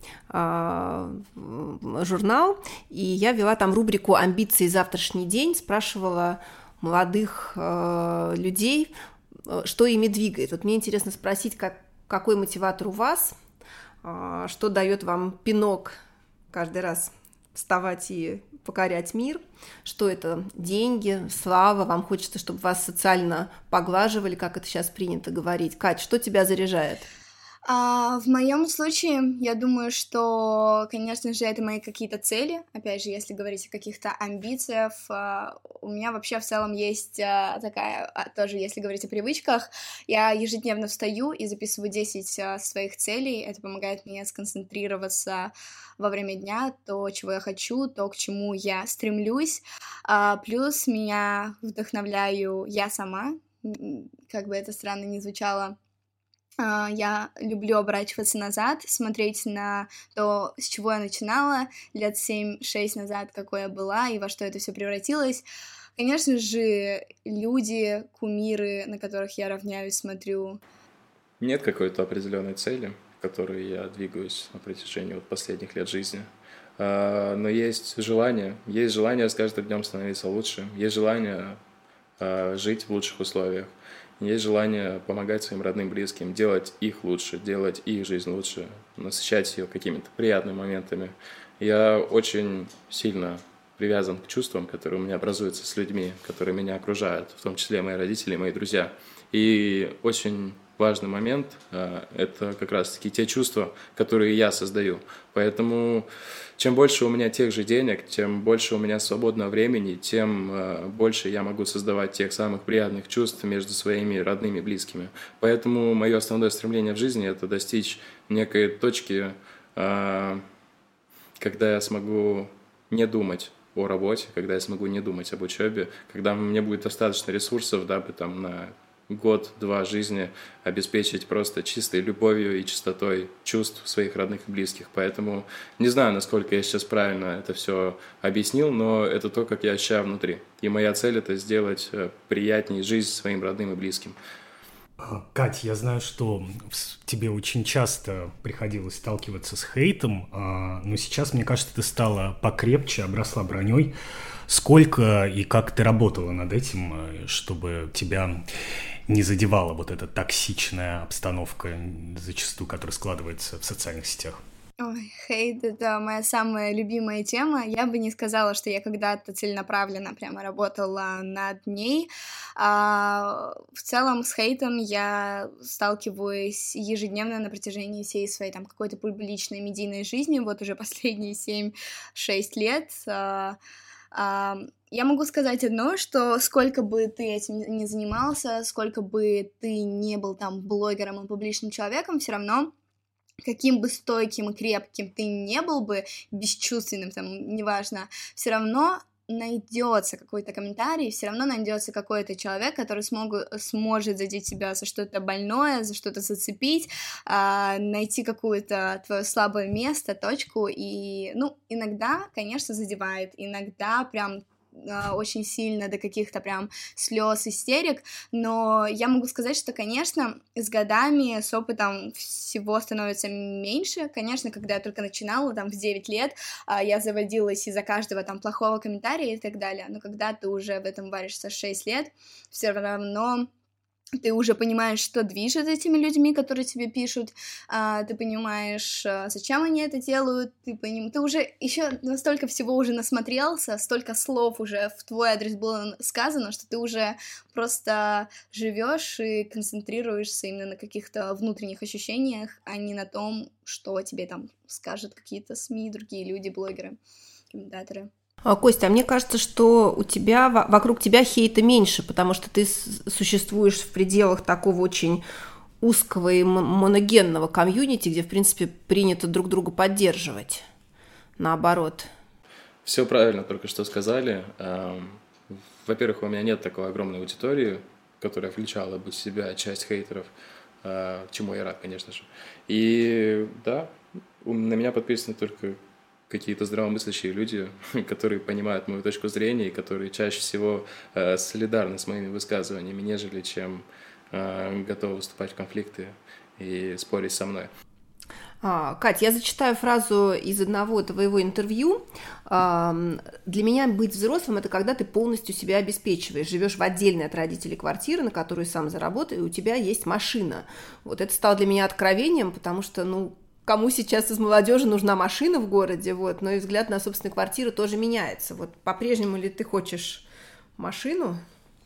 журнал, и я вела там рубрику «Амбиции. Завтрашний день», спрашивала молодых людей, что ими двигает. Вот мне интересно спросить, какой мотиватор у вас, что дает вам пинок каждый раз вставать и покорять мир, что это деньги, слава, вам хочется, чтобы вас социально поглаживали, как это сейчас принято говорить. Кать, что тебя заряжает? В моем случае, я думаю, что, конечно же, это мои какие-то цели. Опять же, если говорить о каких-то амбициях, у меня вообще в целом есть такая, тоже если говорить о привычках, я ежедневно встаю и записываю 10 своих целей. Это помогает мне сконцентрироваться во время дня, то, чего я хочу, то, к чему я стремлюсь. Плюс меня вдохновляю я сама, как бы это странно ни звучало. Я люблю оборачиваться назад, смотреть на то, с чего я начинала лет 7-6 назад, какой я была и во что это все превратилось. Конечно же, люди, кумиры, на которых я равняюсь, смотрю. Нет какой-то определенной цели, к которой я двигаюсь на протяжении последних лет жизни. Но есть желание с каждым днем становиться лучше, есть желание жить в лучших условиях. Есть желание помогать своим родным, близким, делать их лучше, делать их жизнь лучше, насыщать ее какими-то приятными моментами. Я очень сильно привязан к чувствам, которые у меня образуются с людьми, которые меня окружают, в том числе мои родители, мои друзья. И очень важный момент – это как раз-таки те чувства, которые я создаю. Поэтому чем больше у меня тех же денег, тем больше у меня свободного времени, тем больше я могу создавать тех самых приятных чувств между своими родными и близкими. Поэтому мое основное стремление в жизни – это достичь некой точки, когда я смогу не думать о работе, когда я смогу не думать об учебе, когда мне будет достаточно ресурсов, дабы там на год-два жизни обеспечить просто чистой любовью и чистотой чувств своих родных и близких. Поэтому не знаю, насколько я сейчас правильно это все объяснил, но это то, как я ощущаю внутри. И моя цель — это сделать приятнее жизнь своим родным и близким. Кать, я знаю, что тебе очень часто приходилось сталкиваться с хейтом, но сейчас, мне кажется, ты стала покрепче, обросла броней. Сколько и как ты работала над этим, чтобы тебя не задевала вот эта токсичная обстановка, зачастую, которая складывается в социальных сетях? Ой, хейт — это моя самая любимая тема. Я бы не сказала, что я когда-то целенаправленно прямо работала над ней. В целом с хейтом я сталкиваюсь ежедневно на протяжении всей своей там какой-то публичной медийной жизни, вот уже последние 7-6 лет. Я могу сказать одно, что сколько бы ты этим ни занимался, сколько бы ты не был там блогером и публичным человеком, все равно каким бы стойким и крепким ты не был бы, бесчувственным, там, неважно, все равно найдется какой-то комментарий, все равно найдется какой-то человек, который сможет задеть тебя за что-то больное, за что-то зацепить, найти какое-то твое слабое место, точку, и, иногда, конечно, задевает, иногда прям очень сильно до каких-то прям слез, истерик, но я могу сказать, что, конечно, с годами, с опытом всего становится меньше. Конечно, когда я только начинала, там, в 9 лет, я заводилась из-за каждого там плохого комментария и так далее, но когда ты уже в этом варишься 6 лет, все равно ты уже понимаешь, что движет этими людьми, которые тебе пишут, ты понимаешь, зачем они это делают, ты уже еще настолько всего уже насмотрелся, столько слов уже в твой адрес было сказано, что ты уже просто живешь и концентрируешься именно на каких-то внутренних ощущениях, а не на том, что тебе там скажут какие-то СМИ, другие люди, блогеры, комментаторы. Костя, а мне кажется, что у тебя, вокруг тебя хейта меньше, потому что ты существуешь в пределах такого очень узкого и моногенного комьюнити, где, в принципе, принято друг друга поддерживать. Наоборот. Все правильно только что сказали. Во-первых, у меня нет такой огромной аудитории, которая включала бы в себя часть хейтеров, чему я рад, конечно же. И да, на меня подписаны только какие-то здравомыслящие люди, которые понимают мою точку зрения и которые чаще всего солидарны с моими высказываниями, нежели чем готовы вступать в конфликты и спорить со мной. Кать, я зачитаю фразу из одного твоего интервью. Для меня быть взрослым – это когда ты полностью себя обеспечиваешь, живешь в отдельной от родителей квартиры, на которую сам заработал, и у тебя есть машина. Вот это стало для меня откровением, потому что, кому сейчас из молодежи нужна машина в городе, вот, но и взгляд на собственную квартиру тоже меняется. Вот по-прежнему ли ты хочешь машину?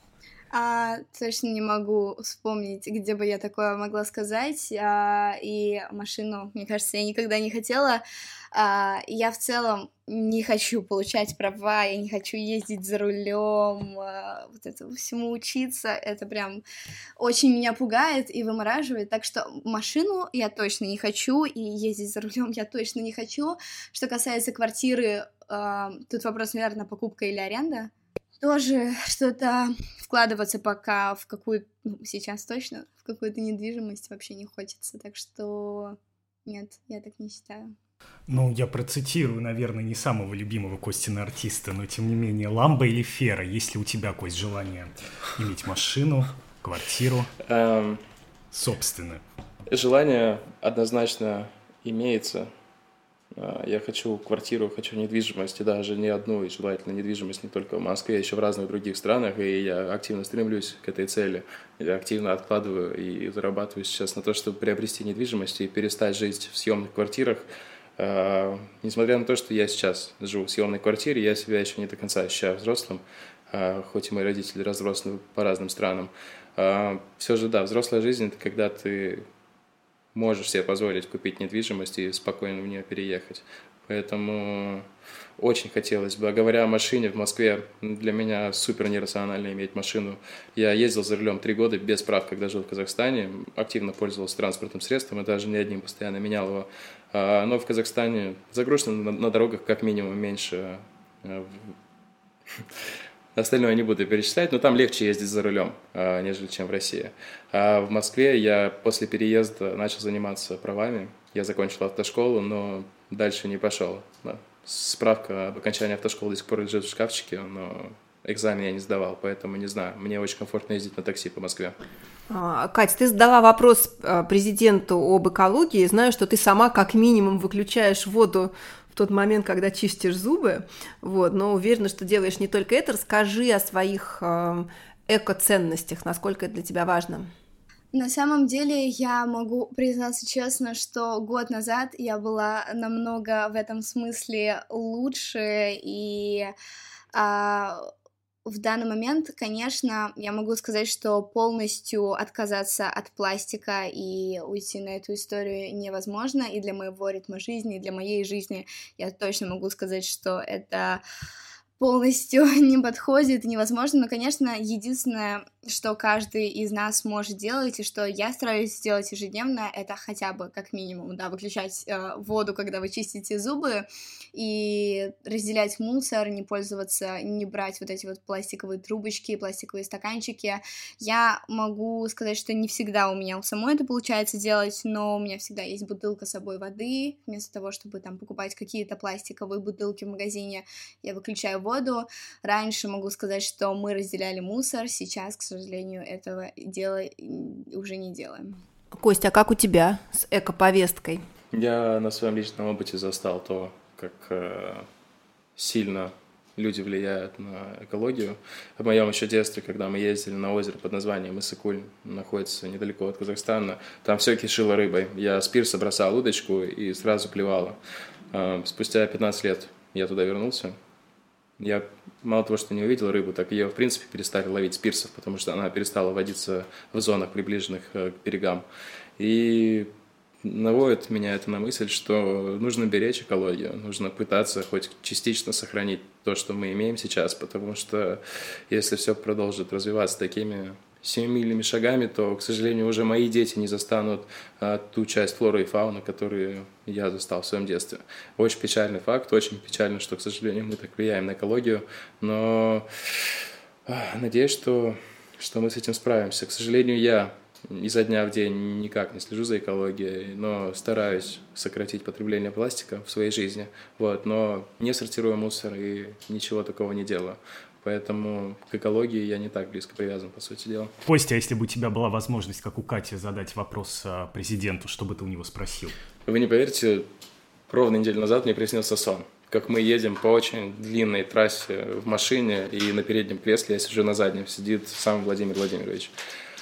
Точно не могу вспомнить, где бы я такое могла сказать, и машину, мне кажется, я никогда не хотела. Я в целом не хочу получать права, я не хочу ездить за рулем, вот этому всему учиться, это прям очень меня пугает и вымораживает, так что машину я точно не хочу, и ездить за рулем я точно не хочу. Что касается квартиры, тут вопрос, наверное, покупка или аренда. Тоже что-то вкладываться пока в какую, сейчас точно, в какую-то недвижимость вообще не хочется, так что нет, я так не считаю. Я процитирую, наверное, не самого любимого Костина артиста, но тем не менее, Ламбо или Фера, есть ли у тебя, Кость, желание иметь машину, квартиру, собственную? Желание однозначно имеется. Я хочу квартиру, хочу недвижимость, и даже не одну, и желательно недвижимость не только в Москве, а еще в разных других странах, и я активно стремлюсь к этой цели. Я активно откладываю и зарабатываю сейчас на то, чтобы приобрести недвижимость и перестать жить в съемных квартирах. Несмотря на то, что я сейчас живу в съемной квартире, я себя еще не до конца ощущаю взрослым, хоть и мои родители разбросаны по разным странам. Все же, да, взрослая жизнь – это когда ты можешь себе позволить купить недвижимость и спокойно в нее переехать. Поэтому очень хотелось бы. А говоря о машине в Москве, для меня супер нерационально иметь машину. Я ездил за рулем 3 года без прав, когда жил в Казахстане, активно пользовался транспортным средством и даже не одним, постоянно менял его. Но в Казахстане загружено на дорогах как минимум меньше Остальное не буду перечислять, но там легче ездить за рулем, нежели чем в России. А в Москве я после переезда начал заниматься правами. Я закончил автошколу, но дальше не пошел. Да. Справка об окончании автошколы до сих пор лежит в шкафчике, но экзамен я не сдавал, поэтому не знаю. Мне очень комфортно ездить на такси по Москве. Кать, ты задала вопрос президенту об экологии. Знаю, что ты сама как минимум выключаешь воду в тот момент, когда чистишь зубы, вот, но уверена, что делаешь не только это. Расскажи о своих эко-ценностях, насколько это для тебя важно. На самом деле я могу признаться честно, что год назад я была намного в этом смысле лучше, и в данный момент, конечно, я могу сказать, что полностью отказаться от пластика и уйти на эту историю невозможно, и для моего ритма жизни, и для моей жизни я точно могу сказать, что это полностью не подходит, невозможно, но, конечно, единственное, что каждый из нас может делать, и что я стараюсь сделать ежедневно, это хотя бы, как минимум, да, выключать воду, когда вы чистите зубы, и разделять мусор, не пользоваться, не брать вот эти вот пластиковые трубочки, пластиковые стаканчики. Я могу сказать, что не всегда у меня у самой это получается делать, но у меня всегда есть бутылка с собой воды, вместо того, чтобы там покупать какие-то пластиковые бутылки в магазине, я выключаю воду. Раньше могу сказать, что мы разделяли мусор, сейчас, к сожалению, этого дела уже не делаем. Костя, а как у тебя с эко-повесткой? Я на своем личном опыте застал то, как сильно люди влияют на экологию. В моем еще детстве, когда мы ездили на озеро под названием Иссык-Куль, находится недалеко от Казахстана, там все кишило рыбой. Я с пирса бросал удочку и сразу клевала. Спустя 15 лет я туда вернулся. Я мало того, что не увидел рыбу, так ее, в принципе, перестали ловить с пирсов, потому что она перестала водиться в зонах, приближенных к берегам. И наводит меня это на мысль, что нужно беречь экологию, нужно пытаться хоть частично сохранить то, что мы имеем сейчас, потому что если все продолжит развиваться такими семимильными шагами, то, к сожалению, уже мои дети не застанут ту часть флоры и фауны, которую я застал в своем детстве. Очень печальный факт, очень печально, что, к сожалению, мы так влияем на экологию, но надеюсь, что мы с этим справимся. К сожалению, я изо дня в день никак не слежу за экологией, но стараюсь сократить потребление пластика в своей жизни, но не сортирую мусор и ничего такого не делаю. Поэтому к экологии я не так близко привязан, по сути дела. Костя, а если бы у тебя была возможность, как у Кати, задать вопрос президенту, что бы ты у него спросил? Вы не поверите, ровно неделю назад мне приснился сон. Как мы едем по очень длинной трассе в машине, и на переднем кресле, я сижу на заднем, сидит сам Владимир Владимирович.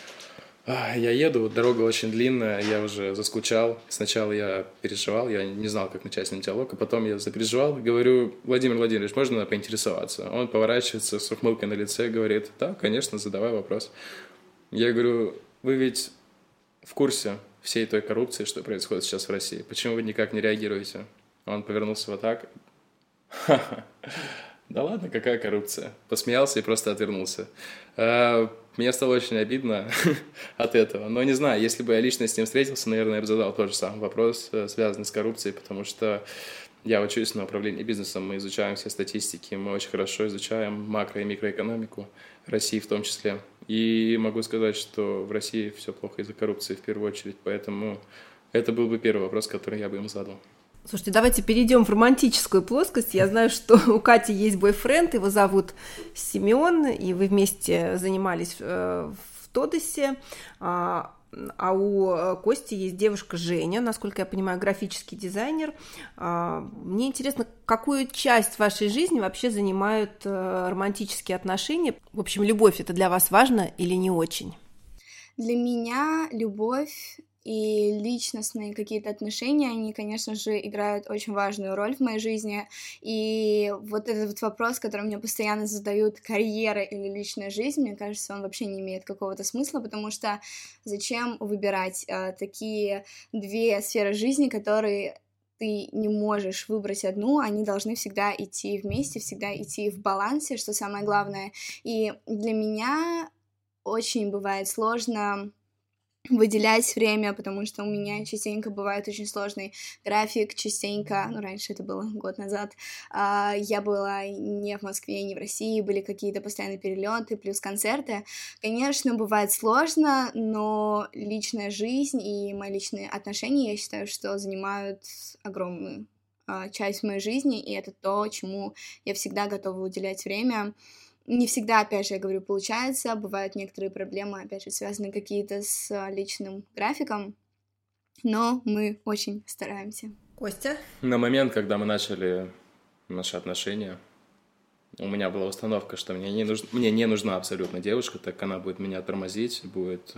Я еду, дорога очень длинная, я уже заскучал. Сначала я переживал, я не знал, как начать с ним диалог, а потом я запереживал, говорю: Владимир Владимирович, можно поинтересоваться? Он поворачивается с ухмылкой на лице, говорит: да, конечно, задавай вопрос. Я говорю: вы ведь в курсе всей той коррупции, что происходит сейчас в России? Почему вы никак не реагируете? Он повернулся вот так. Да ладно, какая коррупция? Посмеялся и просто отвернулся. Мне стало очень обидно от этого. Но не знаю, если бы я лично с ним встретился, наверное, я бы задал тот же самый вопрос, связанный с коррупцией, потому что я учусь на управлении бизнесом, мы изучаем все статистики, мы очень хорошо изучаем макро- и микроэкономику России в том числе. И могу сказать, что в России все плохо из-за коррупции в первую очередь, поэтому это был бы первый вопрос, который я бы им задал. Слушайте, давайте перейдем в романтическую плоскость. Я знаю, что у Кати есть бойфренд, его зовут Семен, и вы вместе занимались в Тодосе. А у Кости есть девушка Женя, насколько я понимаю, графический дизайнер. Мне интересно, какую часть вашей жизни вообще занимают романтические отношения? В общем, любовь — это для вас важно или не очень? Для меня любовь и личностные какие-то отношения, они, конечно же, играют очень важную роль в моей жизни. И вот этот вот вопрос, который мне постоянно задают: карьера или личная жизнь, мне кажется, он вообще не имеет какого-то смысла, потому что зачем выбирать такие две сферы жизни, которые ты не можешь выбрать одну, они должны всегда идти вместе, всегда идти в балансе, что самое главное. И для меня очень бывает сложно выделять время, потому что у меня частенько бывает очень сложный график, частенько, раньше это было год назад, я была не в Москве, не в России, были какие-то постоянные перелеты, плюс концерты. Конечно, бывает сложно, но личная жизнь и мои личные отношения, я считаю, что занимают огромную часть моей жизни, и это то, чему я всегда готова уделять время. Не всегда, опять же, я говорю, получается, бывают некоторые проблемы, опять же, связанные какие-то с личным графиком, но мы очень стараемся. Костя? На момент, когда мы начали наши отношения, у меня была установка, что мне не нужна абсолютно девушка, так как она будет меня тормозить, будет,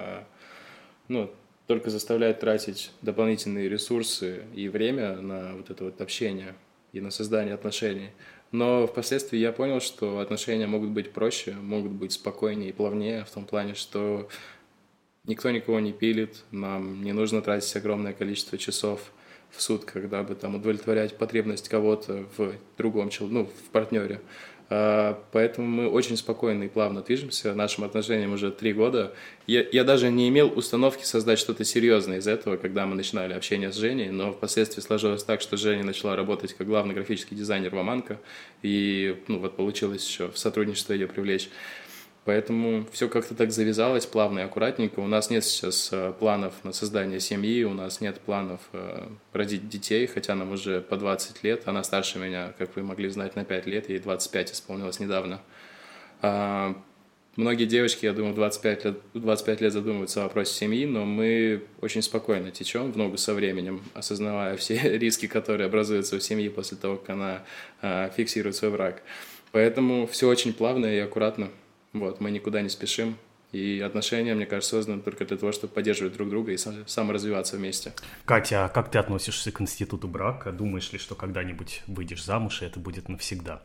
только заставлять тратить дополнительные ресурсы и время на вот это вот общение и на создание отношений. Но впоследствии я понял, что отношения могут быть проще, могут быть спокойнее и плавнее, в том плане, что никто никого не пилит, нам не нужно тратить огромное количество часов в сутках, дабы там удовлетворять потребность кого-то в другом в партнере. Поэтому мы очень спокойно и плавно движемся. Нашим отношениям уже 3 года. Я даже не имел установки создать что-то серьезное из этого, когда мы начинали общение с Женей, но впоследствии сложилось так, что Женя начала работать как главный графический дизайнер в Аманко, и получилось еще в сотрудничество ее привлечь. Поэтому все как-то так завязалось плавно и аккуратненько. У нас нет сейчас планов на создание семьи, у нас нет планов родить детей, хотя нам уже по 20 лет. Она старше меня, как вы могли знать, на 5 лет, ей 25 исполнилось недавно. Многие девочки, я думаю, в 25 лет задумываются о вопросе семьи, но мы очень спокойно течем в ногу со временем, осознавая все риски, которые образуются в семье после того, как она фиксирует свой брак. Поэтому все очень плавно и аккуратно. Мы никуда не спешим, и отношения, мне кажется, созданы только для того, чтобы поддерживать друг друга и саморазвиваться вместе. Катя, а как ты относишься к институту брака? Думаешь ли, что когда-нибудь выйдешь замуж, и это будет навсегда?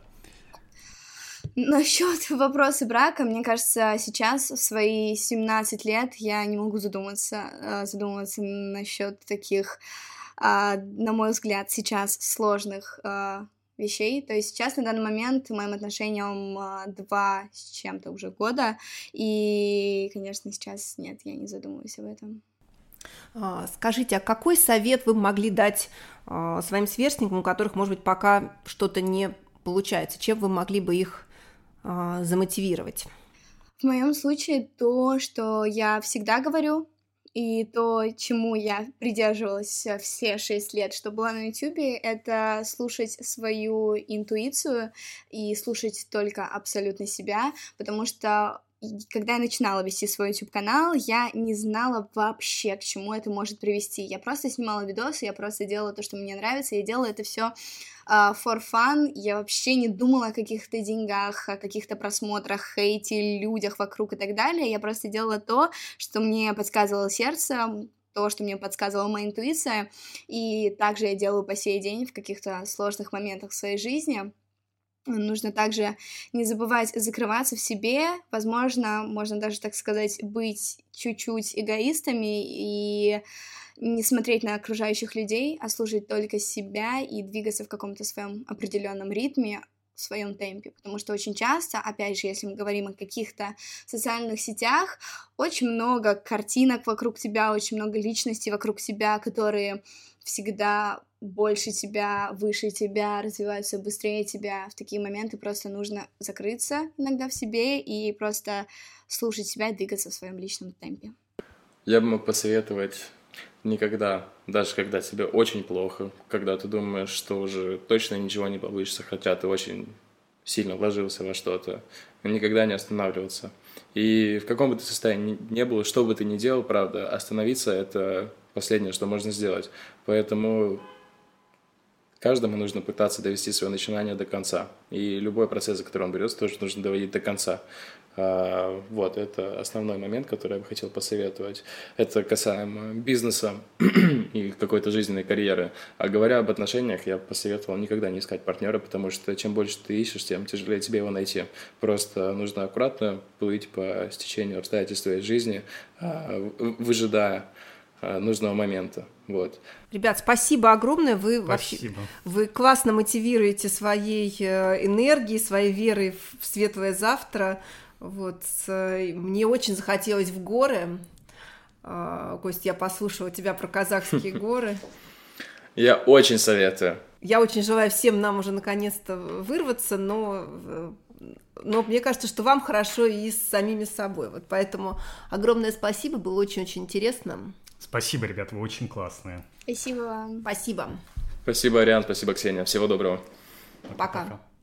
Насчет вопроса брака, мне кажется, сейчас, в свои 17 лет, я не могу задумываться насчет таких, на мой взгляд, сейчас сложных вещей. То есть сейчас, на данный момент, моим отношениям 2 с чем-то уже года, и, конечно, сейчас нет, я не задумываюсь об этом. Скажите, а какой совет вы могли дать своим сверстникам, у которых, может быть, пока что-то не получается? Чем вы могли бы их замотивировать? В моем случае то, что я всегда говорю, и то, чему я придерживалась все 6 лет, что была на Ютубе, это слушать свою интуицию и слушать только абсолютно себя, потому что когда я начинала вести свой YouTube-канал, я не знала вообще, к чему это может привести. Я просто снимала видосы, я просто делала то, что мне нравится, я делала это все for fun, я вообще не думала о каких-то деньгах, о каких-то просмотрах, хейте, людях вокруг и так далее, я просто делала то, что мне подсказывало сердце, то, что мне подсказывала моя интуиция, и также я делаю по сей день в каких-то сложных моментах в своей жизни. Нужно также не забывать закрываться в себе, возможно, можно даже, так сказать, быть чуть-чуть эгоистами и не смотреть на окружающих людей, а слушать только себя и двигаться в каком-то своем определенном ритме, в своем темпе, потому что очень часто, опять же, если мы говорим о каких-то социальных сетях, очень много картинок вокруг тебя, очень много личностей вокруг тебя, которые всегда больше тебя, выше тебя, развиваются быстрее тебя. В такие моменты просто нужно закрыться иногда в себе и просто слушать себя и двигаться в своем личном темпе. Я бы мог посоветовать никогда, даже когда тебе очень плохо, когда ты думаешь, что уже точно ничего не получится, хотя ты очень сильно вложился во что-то, никогда не останавливаться. И в каком бы ты состоянии ни был, что бы ты ни делал, правда, остановиться – это последнее, что можно сделать. Поэтому каждому нужно пытаться довести свое начинание до конца. И любой процесс, за который он берется, тоже нужно доводить до конца. Это основной момент, который я бы хотел посоветовать. Это касаемо бизнеса и какой-то жизненной карьеры. А говоря об отношениях, я бы посоветовал никогда не искать партнера, потому что чем больше ты ищешь, тем тяжелее тебе его найти. Просто нужно аккуратно плыть по стечению обстоятельств твоей жизни, выжидая нужного момента. Ребят, спасибо огромное. Вы классно мотивируете своей энергией, своей верой в светлое завтра. Мне очень захотелось в горы. Кость, я послушала тебя про Казахские горы. Я очень советую. Я очень желаю всем нам уже наконец-то вырваться, но мне кажется, что вам хорошо и с самими собой. Вот поэтому огромное спасибо, было очень-очень интересно. Спасибо, ребята, вы очень классные. Спасибо вам. Спасибо. Спасибо, Ариан, спасибо, Ксения. Всего доброго. Пока.